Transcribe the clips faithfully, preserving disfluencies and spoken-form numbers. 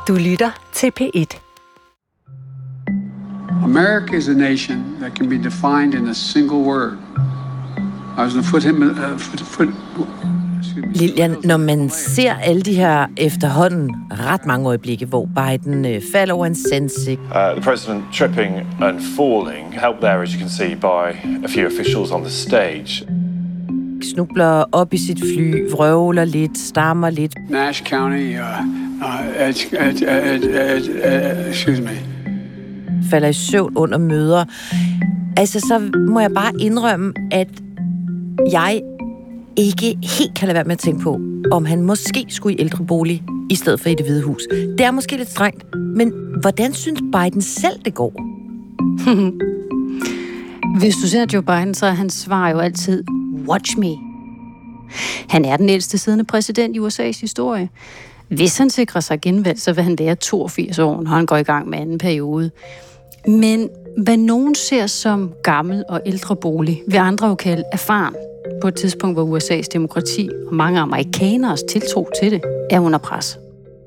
Du lytter til P et. America is a nation that can be defined in a single word. I was going to put him uh, foot, foot, Lilian, når man ser alle de her efterhånden ret mange øjeblikke, hvor Biden øh, falder over en sandsigt. Uh, the president tripping and falling, helped there, as you can see, by a few officials on the stage. Snubler op i sit fly, vrøvler lidt, stammer lidt. Nash County, uh, uh, edge, edge, edge, edge, excuse me. Falder i søvn under møder. Altså, så må jeg bare indrømme, at jeg ikke helt kan lade være med at tænke på, om han måske skulle i ældrebolig i stedet for i Det Hvide Hus. Det er måske lidt strengt, men hvordan synes Biden selv, det går? Hvis du ser Joe Biden, så er hans svar jo altid, watch me. Han er den ældste siddende præsident i U S A's historie. Hvis han sikrer sig genvalg, så vil han være toogfirs år, når han går i gang med anden periode. Men hvad nogen ser som gammel og ældrebolig, vil andre jo kalde erfaren. På et tidspunkt, hvor U S A's demokrati og mange amerikaneres tiltro til det er under pres.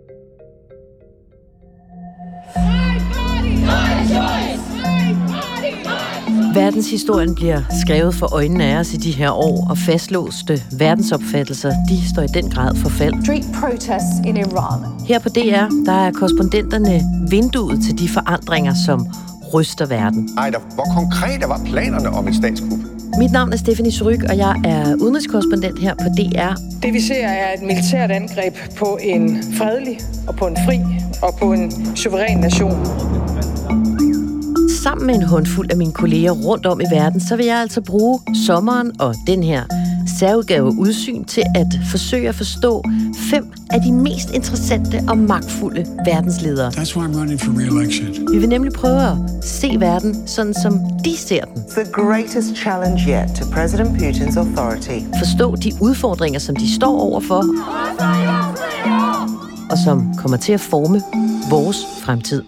Verdenshistorien bliver skrevet for øjnene af os i de her år, og fastlåste verdensopfattelser, de står i den grad for fald. Street protests in Iran. Her på D R, der er korrespondenterne vinduet til de forandringer, som ryster verden. Ej, der, hvor konkrete var planerne om et statskup? Mit navn er Stephanie Surryk, og jeg er udenrigskorrespondent her på D R. Det vi ser er et militært angreb på en fredelig og på en fri og på en suveræn nation. Sammen med en håndfuld af mine kolleger rundt om i verden, så vil jeg altså bruge sommeren og den her særudgave Udsyn til at forsøge at forstå fem af de mest interessante og magtfulde verdensledere. That's why I'm running for re-election. Vi vil nemlig prøve at se verden sådan, som de ser den. The greatest challenge yet to President Putin's authority. Forstå de udfordringer, som de står overfor, og som kommer til at forme vores fremtid.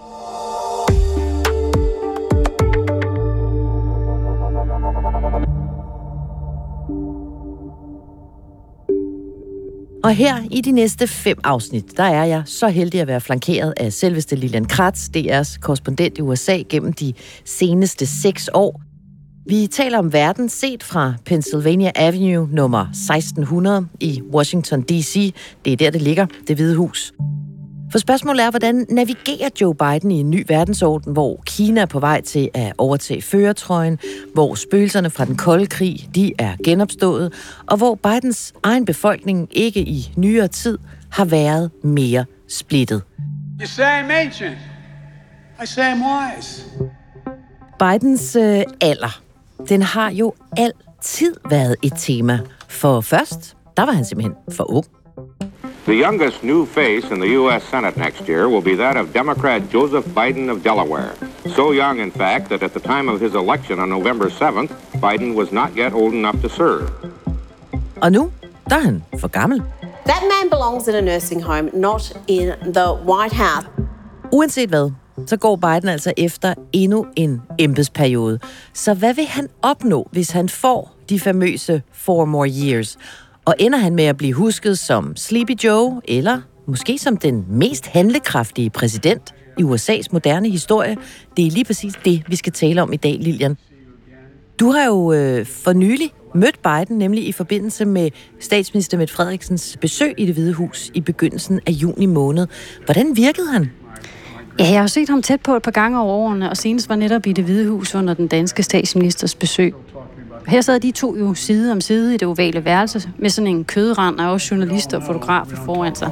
Og her i de næste fem afsnit, der er jeg så heldig at være flankeret af selveste Lilian Kratz, D R's korrespondent i U S A gennem de seneste seks år. Vi taler om verden set fra Pennsylvania Avenue nummer seksten hundrede i Washington D C. Det er der, det ligger, Det Hvide Hus. For spørgsmålet er, hvordan navigerer Joe Biden i en ny verdensorden, hvor Kina er på vej til at overtage førertrøjen, hvor spøgelserne fra den kolde krig, de er genopstået, og hvor Bidens egen befolkning ikke i nyere tid har været mere splittet. You say I'm ancient. I say I'm wise. Bidens øh, alder, den har jo altid været et tema. For først, der var han simpelthen for ung. The youngest new face in the U S Senate next year will be that of Democrat Joseph Biden of Delaware. So young, in fact, that at the time of his election on November seventh, Biden was not yet old enough to serve. Og nu, der er han for gammel. That man belongs in a nursing home, not in the White House. Uanset hvad, så går Biden altså efter endnu en embedsperiode. Så hvad vil han opnå, hvis han får de famøse four more years? Og ender han med at blive husket som Sleepy Joe, eller måske som den mest handlekraftige præsident i U S A's moderne historie? Det er lige præcis det, vi skal tale om i dag, Lilian. Du har jo øh, for nylig mødt Biden, nemlig i forbindelse med statsminister Mette Frederiksens besøg i Det Hvide Hus i begyndelsen af juni måned. Hvordan virkede han? Ja, jeg har set ham tæt på et par gange over årene, og senest var netop i Det Hvide Hus under den danske statsministers besøg. Her sad de to jo side om side i det ovale værelse med sådan en kødrand af også journalister og fotografer foran sig.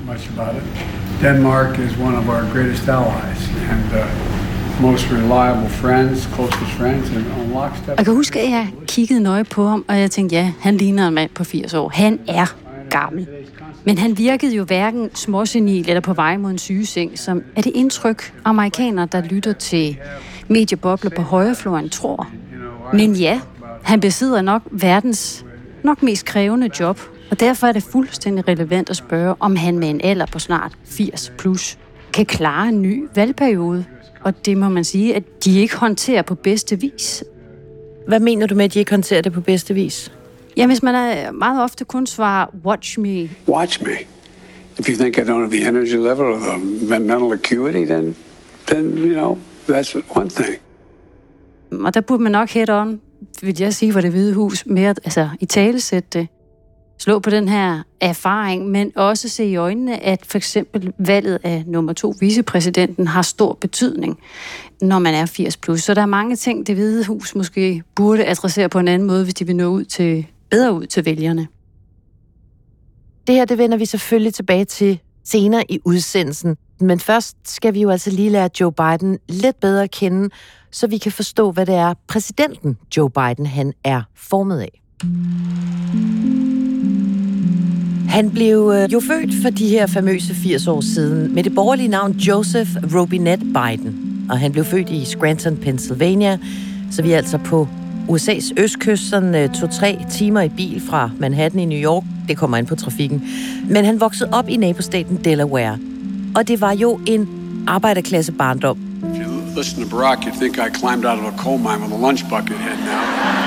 Denmark is one of our greatest allies and uh, most reliable friends, closest friends, and on lockstep. Jeg kan huske, at jeg kiggede nøje på ham, og jeg tænkte, ja, han ligner en mand på firs år. Han er gammel. Men han virkede jo hverken småsenil eller på vej mod en sygeseng, som er det indtryk, amerikanere, der lytter til mediebobler på højrefløjen, tror. Men ja, han besidder nok verdens nok mest krævende job, og derfor er det fuldstændig relevant at spørge, om han med en alder på snart firs plus kan klare en ny valgperiode. Og det må man sige, at de ikke håndterer på bedste vis. Hvad mener du med, at de ikke håndterer det på bedste vis? Ja, hvis man er meget ofte kun svarer, watch me. Watch me. If you think I don't have the energy level or the mental acuity, then, then you know, that's one thing. Og der burde man nok head on, vil jeg sige, for Det Hvide Hus, mere altså, i talesætte det, slå på den her erfaring, men også se i øjnene, at for eksempel valget af nummer to, vicepræsidenten, har stor betydning, når man er firs plus. Så der er mange ting, Det Hvide Hus måske burde adressere på en anden måde, hvis de vil nå ud til, bedre ud til vælgerne. Det her, det vender vi selvfølgelig tilbage til senere i udsendelsen. Men først skal vi jo altså lige lære Joe Biden lidt bedre at kende, så vi kan forstå, hvad det er, præsidenten Joe Biden, han er formet af. Han blev øh, jo født for de her famøse firs år siden med det borgerlige navn Joseph Robinette Biden. Og han blev født i Scranton, Pennsylvania, så vi er altså på U S A's østkyst, sådan øh, to-tre timer i bil fra Manhattan i New York. Det kommer ind på trafikken. Men han voksede op i nabostaten Delaware. Og det var jo en arbejderklasse barndom. If you listen to Barack, you'd think I climbed out of a coal mine with a lunch bucket head now.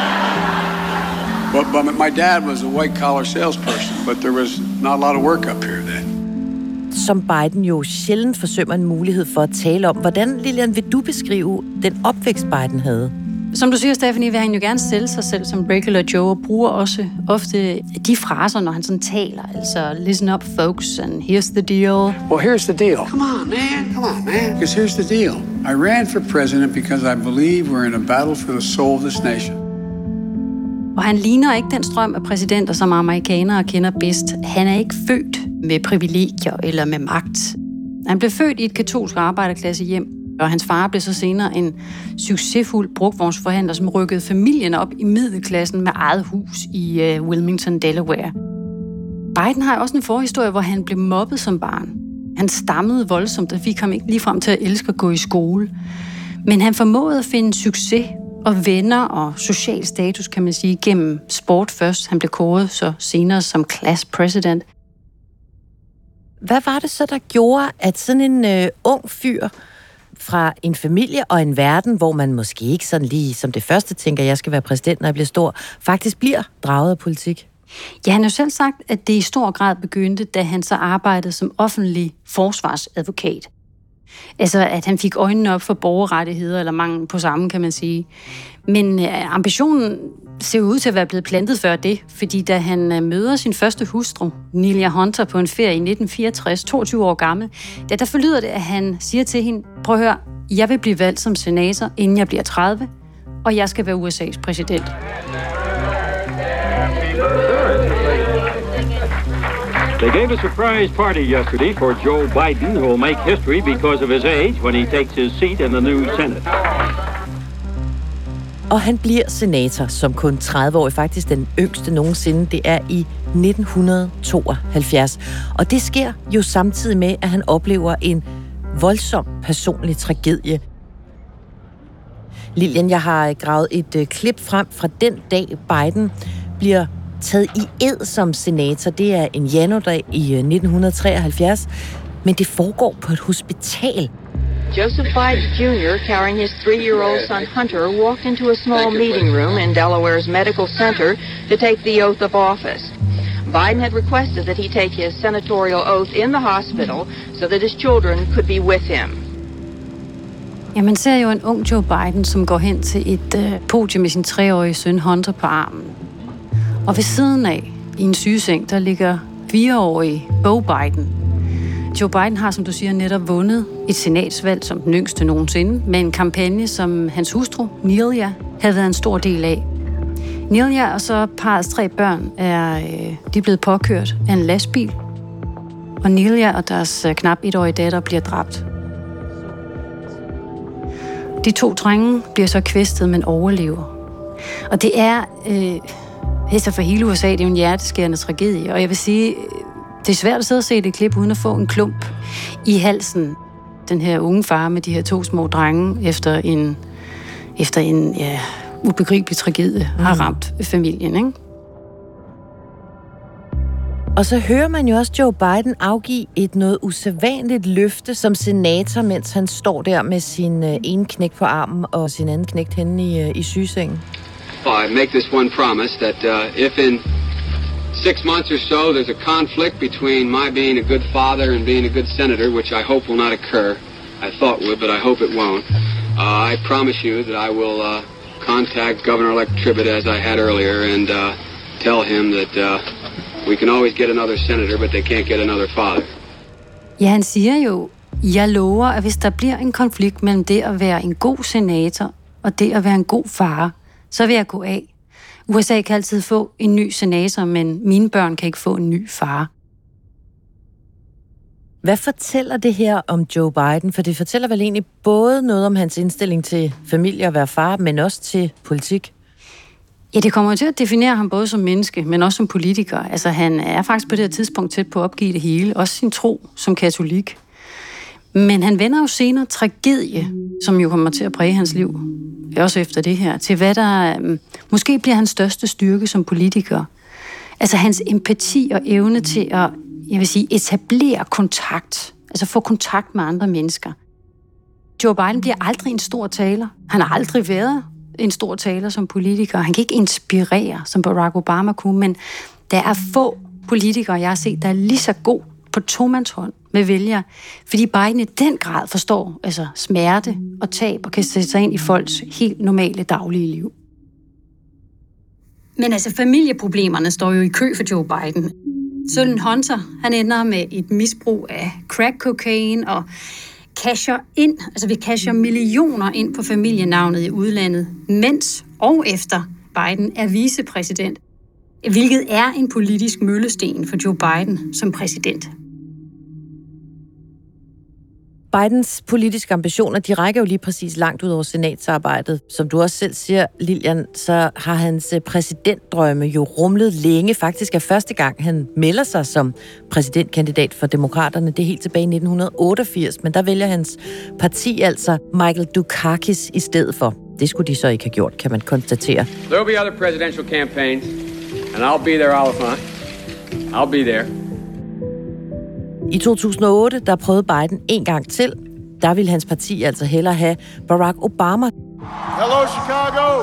But, but my dad was a white-collar salesperson, but there was not a lot of work up here then. Som Biden jo sjældent forsømmer en mulighed for at tale om. Hvordan, Lilian, vil du beskrive den opvækst, Biden havde? Som du siger, Stephanie, vil han jo gerne sælge sig selv som regular Joe, og bruger også ofte de fraser, når han sådan taler. Altså, listen up, folks, and here's the deal. Well, here's the deal. Come on, man. Come on, man. Because here's the deal. I ran for president because I believe we're in a battle for the soul of this nation. Og han ligner ikke den strøm af præsidenter, som amerikanere kender bedst. Han er ikke født med privilegier eller med magt. Han blev født i et katolsk arbejderklasse hjem, og hans far blev så senere en succesfuld brugtvognsforhandler, som rykkede familien op i middelklassen med eget hus i uh, Wilmington, Delaware. Biden har også en forhistorie, hvor han blev mobbet som barn. Han stammede voldsomt, og fik ham ikke ligefrem til at elske at gå i skole. Men han formåede at finde succes og venner og social status, kan man sige, gennem sport først. Han blev kåret så senere som class president. Hvad var det så, der gjorde, at sådan en øh, ung fyr fra en familie og en verden, hvor man måske ikke sådan lige som det første tænker, jeg skal være præsident, når jeg bliver stor, faktisk bliver draget af politik? Ja, han har jo selv sagt, at det i stor grad begyndte, da han så arbejdede som offentlig forsvarsadvokat. Altså, at han fik øjnene op for borgerrettigheder, eller mangel på samme, kan man sige. Men øh, ambitionen ser ud til at være blevet plantet før det, fordi da han øh, møder sin første hustru, Nelia Hunter, på en ferie i nitten fireogtres, toogtyve år gammel, da der forlyder det, at han siger til hende, prøv at høre, jeg vil blive valgt som senator, inden jeg bliver tredive, og jeg skal være U S A's præsident. They gave a surprise party yesterday for Joe Biden, who will make history because of his age when he takes his seat in the new Senate. Og han bliver senator som kun tredive-årig, faktisk den yngste nogensinde. Det er i nitten tooghalvfjerds. Og det sker jo samtidig med, at han oplever en voldsom personlig tragedie. Lilian, jeg har gravet et øh, klip frem fra den dag, Biden bliver taget i ed som senator. Det er en januardag i nitten treoghalvfjerds, men det foregår på et hospital. Joseph Biden Junior, carrying his three-year-old son Hunter, walked into a small meeting room in Delaware's medical center to take the oath of office. Biden had requested that he take his senatorial oath in the hospital so that his children could be with him. Ja, man ser jo en ung Joe Biden, som går hen til et øh, podium med sin treårige søn Hunter på armen. Og ved siden af, i en sygeseng, der ligger fireårige Bo Biden. Joe Biden har, som du siger, netop vundet et senatsvalg som den yngste nogensinde, med en kampagne, som hans hustru, Nelia, havde været en stor del af. Nelia og så parrets tre børn er øh, de er blevet påkørt af en lastbil, og Nelia og deres øh, knap etårige datter bliver dræbt. De to drenge bliver så kvæstet, men overlever. Og det er... Øh, Altså for hele U S A, det er jo en hjerteskærende tragedie, og jeg vil sige, det er svært at sidde og se det klip, uden at få en klump i halsen. Den her unge far med de her to små drenge, efter en, efter en ja, ubegribelig tragedie, mm. har ramt familien, ikke? Og så hører man jo også Joe Biden afgive et noget usædvanligt løfte som senator, mens han står der med sin øh, ene knæk på armen og sin anden knæk henne i, øh, i sygesengen. I make this one promise that uh, if in six months or so, there's a conflict between my being a good father and being a good senator, which I hope will not occur. I thought would, but I hope it won't. Uh, I promise you that I will uh, contact Governor-elect Tribbett as I had earlier and uh, tell him that uh, we can always get another senator, but they can't get another father. Ja, han siger jo, jeg lover, at hvis der bliver en konflikt mellem det at være en god senator og det at være en god far, så vil jeg gå af. U S A kan altid få en ny senator, men mine børn kan ikke få en ny far. Hvad fortæller det her om Joe Biden? For det fortæller vel egentlig både noget om hans indstilling til familie og være far, men også til politik? Ja, det kommer til at definere ham både som menneske, men også som politiker. Altså, han er faktisk på det her tidspunkt tæt på at opgive det hele, også sin tro som katolik. Men han vender jo senere tragedie, som jo kommer til at præge hans liv, også efter det her, til hvad der um, måske bliver hans største styrke som politiker. Altså hans empati og evne til at, jeg vil sige, etablere kontakt, altså få kontakt med andre mennesker. Joe Biden bliver aldrig en stor taler. Han har aldrig været en stor taler som politiker. Han kan ikke inspirere, som Barack Obama kunne, men der er få politikere, jeg har set, der er lige så god på tomandshånd med vælgere, fordi Biden i den grad forstår altså smerte og tab og kan sætte sig ind i folks helt normale daglige liv. Men altså, familieproblemerne står jo i kø for Joe Biden. Sønnen Hunter, han ender med et misbrug af crack cocaine og casher ind, altså vi casher millioner ind på familienavnet i udlandet, mens og efter Biden er vicepræsident, hvilket er en politisk møllesten for Joe Biden som præsident. Bidens politiske ambitioner, de rækker jo lige præcis langt ud over senatsarbejdet. Som du også selv siger, Lilian, så har hans præsidentdrømme jo rumlet længe. Faktisk er første gang, han melder sig som præsidentkandidat for Demokraterne. Det er helt tilbage i nitten otteogfirs, men der vælger hans parti altså Michael Dukakis i stedet for. Det skulle de så ikke have gjort, kan man konstatere. There will be other presidential campaigns, and I'll be there, Oliphant. I'll be there. I to tusind og otte, der prøvede Biden en gang til. Der ville hans parti altså hellere have Barack Obama. Hello, Chicago!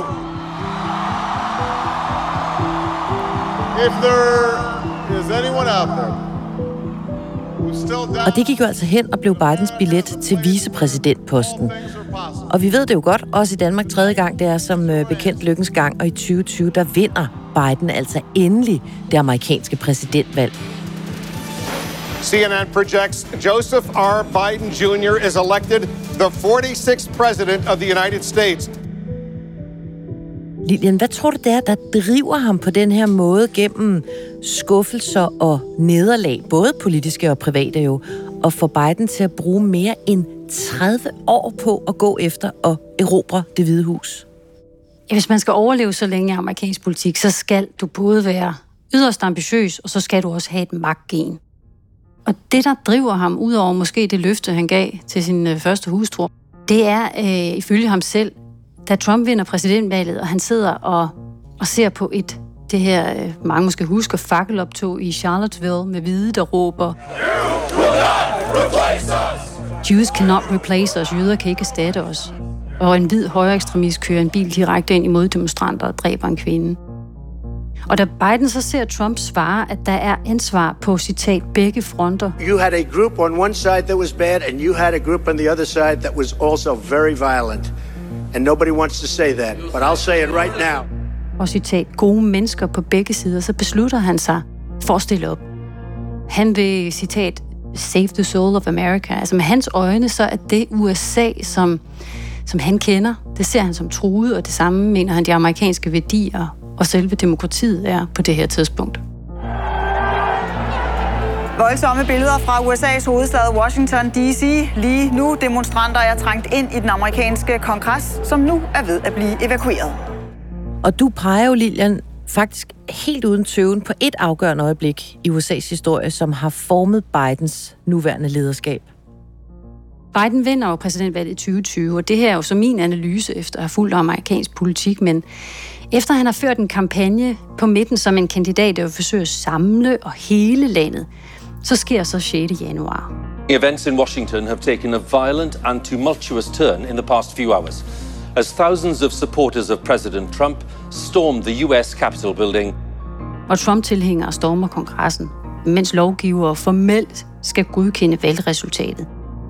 If there is anyone out there who's still down... Og det gik jo altså hen og blev Bidens billet til vicepræsidentposten. Og vi ved det jo godt, også i Danmark tredje gang, det er som bekendt lykkens gang, og i tyve tyve, der vinder Biden altså endelig det amerikanske præsidentvalg. C N N projects Joseph R. Biden Junior is elected the forty-sixth president of the United States. Lilian, hvad tror du det er, der driver ham på den her måde gennem skuffelser og nederlag, både politiske og private jo, og får Biden til at bruge mere end tredive år på at gå efter og erobre Det Hvide Hus? Ja, hvis man skal overleve så længe i amerikansk politik, så skal du både være yderst ambitiøs, og så skal du også have et magtgen. Og det, der driver ham, ud over måske det løfte, han gav til sin øh, første hustru, det er øh, ifølge ham selv, da Trump vinder præsidentvalget, og han sidder og, og ser på et, det her, øh, mange måske husker, fakkeloptog i Charlottesville med hvide, der råber Jews cannot replace us, jøder kan ikke erstatte os. Og en hvid højreekstremist kører en bil direkte ind imod demonstranter og dræber en kvinde. Og da Biden så ser Trump svare, at der er ansvar på, citat, begge fronter. You had a group on one side that was bad, and you had a group on the other side that was also very violent. And nobody wants to say that, but I'll say it right now. Og citat, gode mennesker på begge sider, så beslutter han sig for at stille op. Han vil, citat, save the soul of America. Altså med hans øjne, så er det U S A, som, som han kender, det ser han som truet, og det samme mener han de amerikanske værdier og selve demokratiet er på det her tidspunkt. Voldsomme billeder fra U S A's hovedstad Washington D C Lige nu demonstranter er trængt ind i den amerikanske kongres, som nu er ved at blive evakueret. Og du peger jo, Lilian, faktisk helt uden tøven på et afgørende øjeblik i U S A's historie, som har formet Bidens nuværende lederskab. Biden vinder jo præsidentvalget i tyve tyve, og det her er jo så min analyse efter at have fulgt amerikansk politik, men efter han har ført en kampagne på midten som en kandidat, der forsøger at samle og hele landet, så sker så sjette januar. Events in Washington have taken a violent and tumultuous turn in the past few hours, as thousands of supporters of President Trump stormed the U S Capitol building. og Trump-tilhængere stormer kongressen, mens lovgivere formelt skal godkende valgresultatet.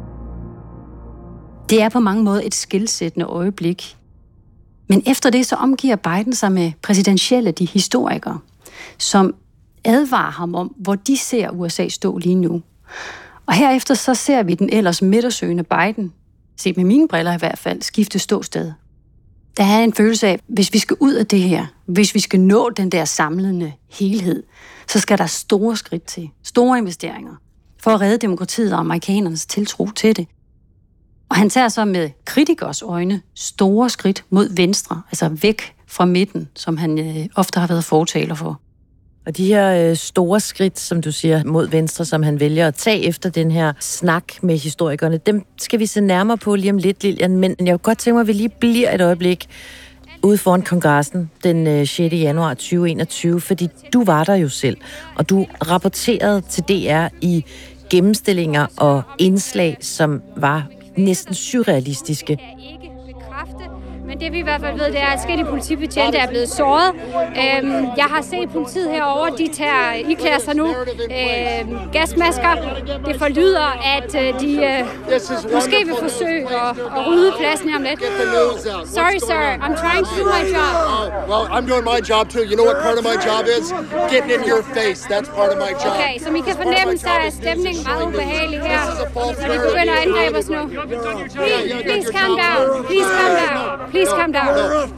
Det er på mange måder et skelsættende øjeblik. Men efter det så omgiver Biden sig med præsidentielle de historikere, som advarer ham om, hvor de ser U S A stå lige nu. Og herefter så ser vi den ellers midtersøgende Biden, set med mine briller i hvert fald, skifte ståsted. Der er en følelse af, hvis vi skal ud af det her, hvis vi skal nå den der samlende helhed, så skal der store skridt til, store investeringer, for at redde demokratiet og amerikanernes tiltro til det. Og han tager så med kritikers øjne store skridt mod venstre, altså væk fra midten, som han øh, ofte har været fortaler for. Og de her øh, store skridt, som du siger, mod venstre, som han vælger at tage efter den her snak med historikerne, dem skal vi se nærmere på lige om lidt, Lilian. Men jeg kunne godt tænke mig, at vi lige bliver et øjeblik ude foran kongressen den øh, sjette januar tyve enogtyve, fordi du var der jo selv, og du rapporterede til D R i gennemstillinger og indslag, som var næsten surrealistiske. Men det vi i hvert fald ved, det er, at forskellige politibetjente er blevet såret. Øhm, jeg har set politiet herovre, de tager, iklæder sig nu øhm, gasmasker. Det forlyder, at øh, de øh, måske vil forsøge at, at rydde pladsen her om lidt. Sorry sir, I'm trying to do my job. Well, I'm doing my job too. You know what part of my job is? Getting in your face. That's part of my job. Okay, så I kan fornemme, så er stemningen meget ubehagelig her, når de begynder at angribe os nu. Please, please calm down. Please calm down. Please calm down.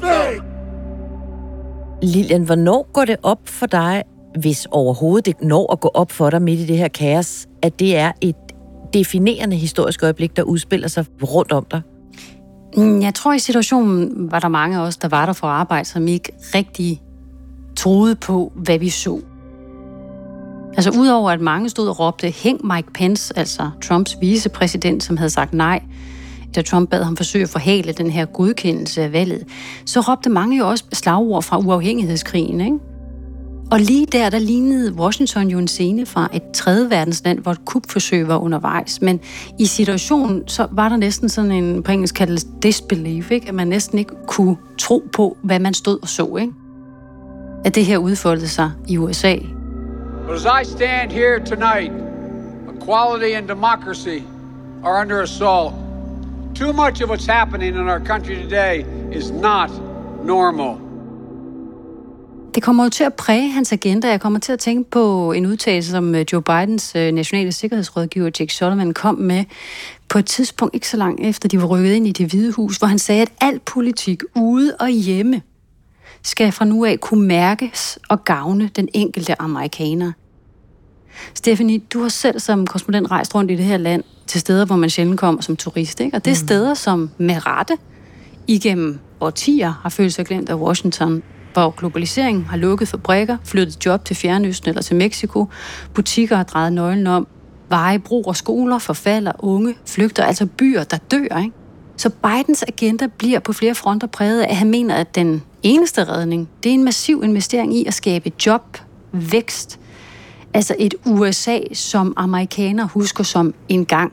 Lilian, hvornår går det op for dig, hvis overhovedet det når at gå op for dig midt i det her kaos, at det er et definerende historisk øjeblik, der udspiller sig rundt om dig? Jeg tror, i situationen var der mange af os, der var der for arbejde, som ikke rigtig troede på, hvad vi så. Altså udover at mange stod og råbte, hæng Mike Pence, altså Trumps vicepræsident, som havde sagt nej, da Trump bad ham forsøge at forhale den her godkendelse af valget, så råbte mange jo også slagord fra uafhængighedskrigen, ikke? Og lige der, der lignede Washington jo en scene fra et tredje verdensland, hvor et kupforsøg var undervejs. Men i situationen, så var der næsten sådan en, på engelsk kaldes disbelief, ikke? At man næsten ikke kunne tro på, hvad man stod og så, ikke? At det her udfoldede sig i U S A. But as I stand here tonight, equality and democracy are under assault. Too much of what's happening in our country today is not normal. Det kommer jo til at præge hans agenda. Jeg kommer til at tænke på en udtalelse, som Joe Bidens nationale sikkerhedsrådgiver Jake Sullivan kom med på et tidspunkt ikke så langt efter, de var rykket ind i Det Hvide Hus, hvor han sagde, at al politik ude og hjemme skal fra nu af kunne mærkes og gavne den enkelte amerikaner. Stephanie, du har selv som korrespondent rejst rundt i det her land til steder, hvor man sjældent kommer som turist, ikke? Og det er steder, som med rette igennem årtier har følt sig glemt af Washington, hvor globaliseringen har lukket fabrikker, flyttet job til Fjernøsten eller til Mexico, butikker har drejet nøglen om, veje, broer, skoler forfalder, unge flygter, altså byer, der dør, ikke? Så Bidens agenda bliver på flere fronter præget af, at han mener, at den eneste redning, det er en massiv investering i at skabe job, vækst, altså et U S A, som amerikanere husker som en gang.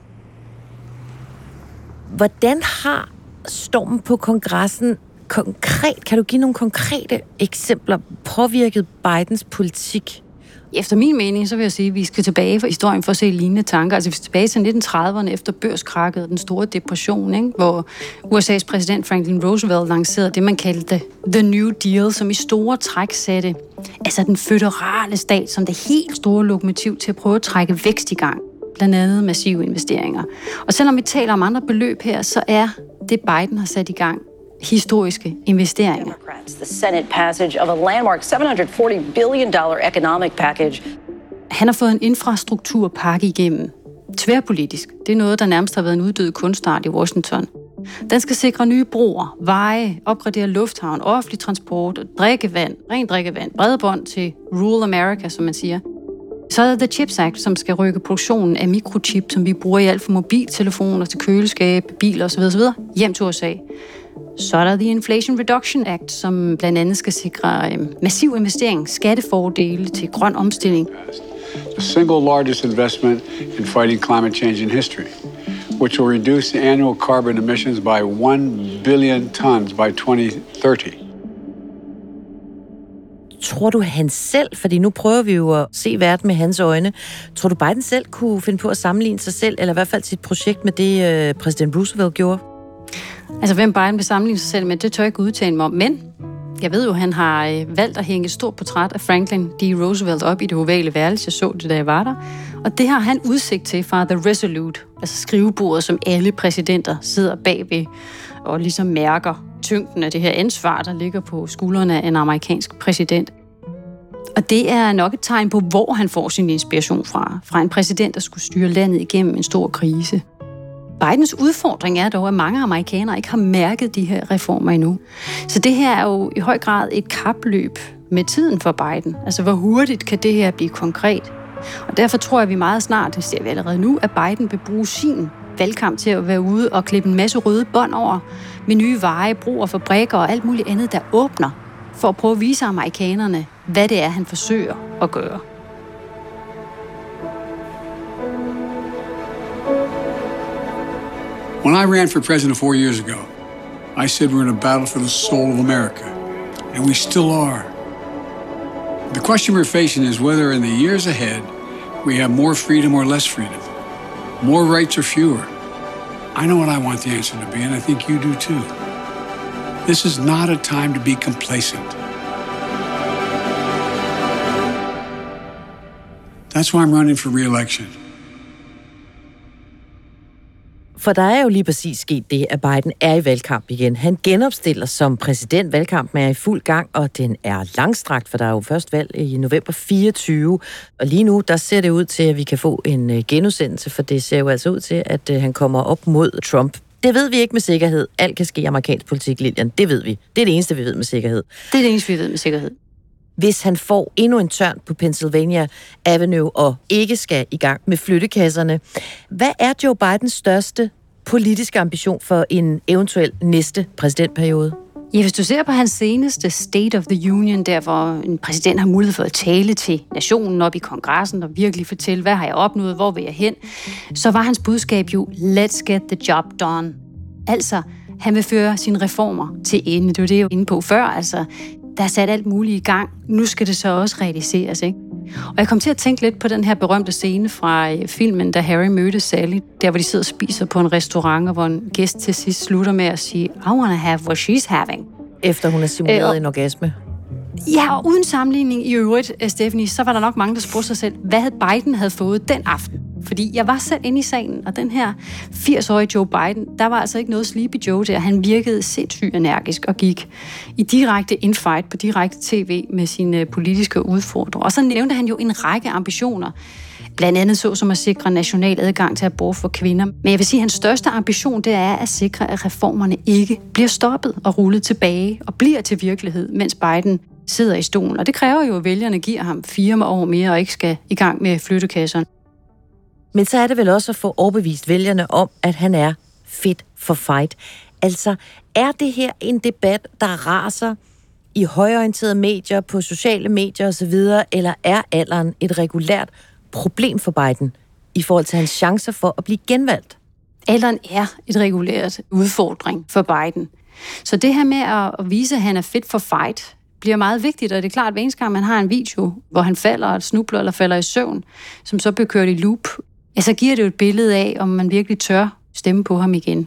Hvordan har stormen på kongressen konkret, kan du give nogle konkrete eksempler, påvirket Bidens politik? Efter min mening, så vil jeg sige, at vi skal tilbage for historien for at se lignende tanker. Altså vi skal tilbage til nitten trediverne efter børskrakket, den store depression, ikke? Hvor U S A's præsident Franklin Roosevelt lancerede det, man kaldte The New Deal, som i store træk satte altså den føderale stat som det helt store lokomotiv til at prøve at trække vækst i gang. Blandt andet massive investeringer. Og selvom vi taler om andre beløb her, så er det Biden har sat i gang historiske investeringer. The Senate passage of a landmark seven hundred forty billion dollars economic package. Han har fået en infrastrukturpakke igennem. Tværpolitisk. Det er noget, der nærmest har været en uddød kunstart i Washington. Den skal sikre nye broer, veje, opgradere lufthavn, offentlig transport, drikkevand, rent drikkevand, bredbånd til rural America, som man siger. Så er der The CHIPS Act, som skal rykke produktionen af mikrochip, som vi bruger i alt fra mobiltelefoner til køleskab, biler osv. osv. hjem til U S A. Så er der The Inflation Reduction Act, som blandt andet skal sikre øh, massiv investering, skattefordele til grøn omstilling. The single largest investment in fighting climate change in history, which will reduce the annual carbon emissions by one billion tons by twenty thirty. Tror du, han selv, fordi nu prøver vi jo at se verden med hans øjne, tror du, Biden selv kunne finde på at sammenligne sig selv, eller i hvert fald sit projekt med det, øh, præsident Roosevelt gjorde? Altså, hvem Biden vil sammenligne sig selv med, det tør jeg ikke udtale mig om, men jeg ved jo, han har øh, valgt at hænge et stort portræt af Franklin D. Roosevelt op i det ovale værelse. Jeg så det, da jeg var der. Og det har han udsigt til fra The Resolute, altså skrivebordet, som alle præsidenter sidder bagved og ligesom mærker tyngden af det her ansvar, der ligger på skuldrene af en amerikansk præsident. Og det er nok et tegn på, hvor han får sin inspiration fra. Fra en præsident, der skulle styre landet igennem en stor krise. Bidens udfordring er dog, at mange amerikanere ikke har mærket de her reformer endnu. Så det her er jo i høj grad et kapløb med tiden for Biden. Altså, hvor hurtigt kan det her blive konkret? Og derfor tror jeg, at vi meget snart, det ser vi allerede nu, at Biden vil bruge sin valgkamp til at være ude og klippe en masse røde bånd over med nye veje, broer, fabrikker og alt muligt andet, der åbner, for at prøve at vise amerikanerne, hvad det er, han forsøger at gøre. When I ran for president four years ago, I said we're in a battle for the soul of America, and we still are. The question we're facing is whether in the years ahead we have more freedom or less freedom, more rights or fewer. I know what I want the answer to be, and I think you do too. This is not a time to be complacent. That's why I'm running for re-election. For der er jo lige præcis sket det, at Biden er i valgkamp igen. Han genopstiller som præsident. Valgkampen er i fuld gang, og den er langstrakt, for der er jo først valg i november fireogtyve. Og lige nu, der ser det ud til, at vi kan få en genudsendelse, for det ser jo altså ud til, at han kommer op mod Trump. Det ved vi ikke med sikkerhed. Alt kan ske i amerikansk politik, Lilian. Det ved vi. Det er det eneste, vi ved med sikkerhed. Det er det eneste, vi ved med sikkerhed. Hvis han får endnu en tørn på Pennsylvania Avenue og ikke skal i gang med flyttekasserne. Hvad er Joe Bidens største politiske ambition for en eventuel næste præsidentperiode? Ja, hvis du ser på hans seneste State of the Union, der hvor en præsident har mulighed for at tale til nationen op i kongressen og virkelig fortælle, hvad har jeg opnået, hvor vil jeg hen, så var hans budskab jo, let's get the job done. Altså, han vil føre sine reformer til ende. Det var det, jeg var inde på før. Altså, der er sat alt muligt i gang. Nu skal det så også realiseres, ikke? Og jeg kom til at tænke lidt på den her berømte scene fra filmen, da Harry mødte Sally, der hvor de sidder og spiser på en restaurant, og hvor en gæst til sidst slutter med at sige, I wanna have what she's having. Efter hun har simuleret øh, og, en orgasme. Ja, og uden sammenligning i øvrigt, Stephanie, så var der nok mange, der spurgte sig selv, hvad havde Biden havde fået den aften? Fordi jeg var selv inde i salen, og den her firs-årige Joe Biden, der var altså ikke noget Sleepy Joe der. Han virkede sindssygt energisk og gik i direkte infight på direkte tv med sine politiske udfordringer. Og så nævnte han jo en række ambitioner. Blandt andet så som at sikre national adgang til abort for kvinder. Men jeg vil sige, at hans største ambition, det er at sikre, at reformerne ikke bliver stoppet og rullet tilbage og bliver til virkelighed, mens Biden sidder i stolen. Og det kræver jo, at vælgerne giver ham fire år mere og ikke skal i gang med flyttekasserne. Men så er det vel også at få overbevist vælgerne om, at han er fit for fight. Altså, er det her en debat, der raser i højorienterede medier, på sociale medier osv., eller er alderen et regulært problem for Biden i forhold til hans chancer for at blive genvalgt? Alderen er et regulært udfordring for Biden. Så det her med at vise, at han er fit for fight, bliver meget vigtigt, og det er klart, at hver eneste gang man har en video, hvor han falder og snubler eller falder i søvn, som så bliver kørt i loop, ja, så giver det jo et billede af, om man virkelig tør stemme på ham igen.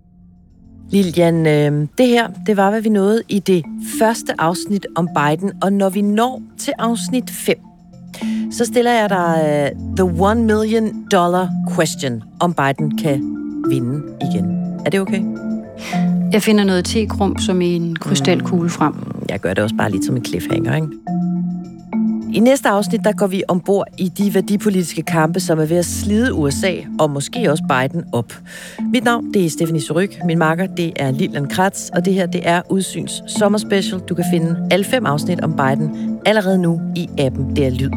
Lilian, øh, det her, det var, hvad vi nåede i det første afsnit om Biden, og når vi når til afsnit fem, så stiller jeg dig uh, the one million dollar question, om Biden kan vinde igen. Er det okay? Jeg finder noget tekrum som i en krystalkugle frem. Jeg gør det også bare lidt som en cliffhanger, ikke? I næste afsnit, der går vi ombord i de værdipolitiske kampe, som er ved at slide U S A, og måske også Biden op. Mit navn, det er Stephanie Suryk. Min makker, det er Lilian Kratz, og det her, det er Udsyns sommerspecial. Du kan finde alle fem afsnit om Biden allerede nu i appen D R Lyd.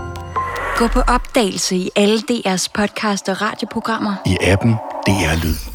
Gå på opdagelse i alle D R's podcast og radioprogrammer. I appen D R Lyd.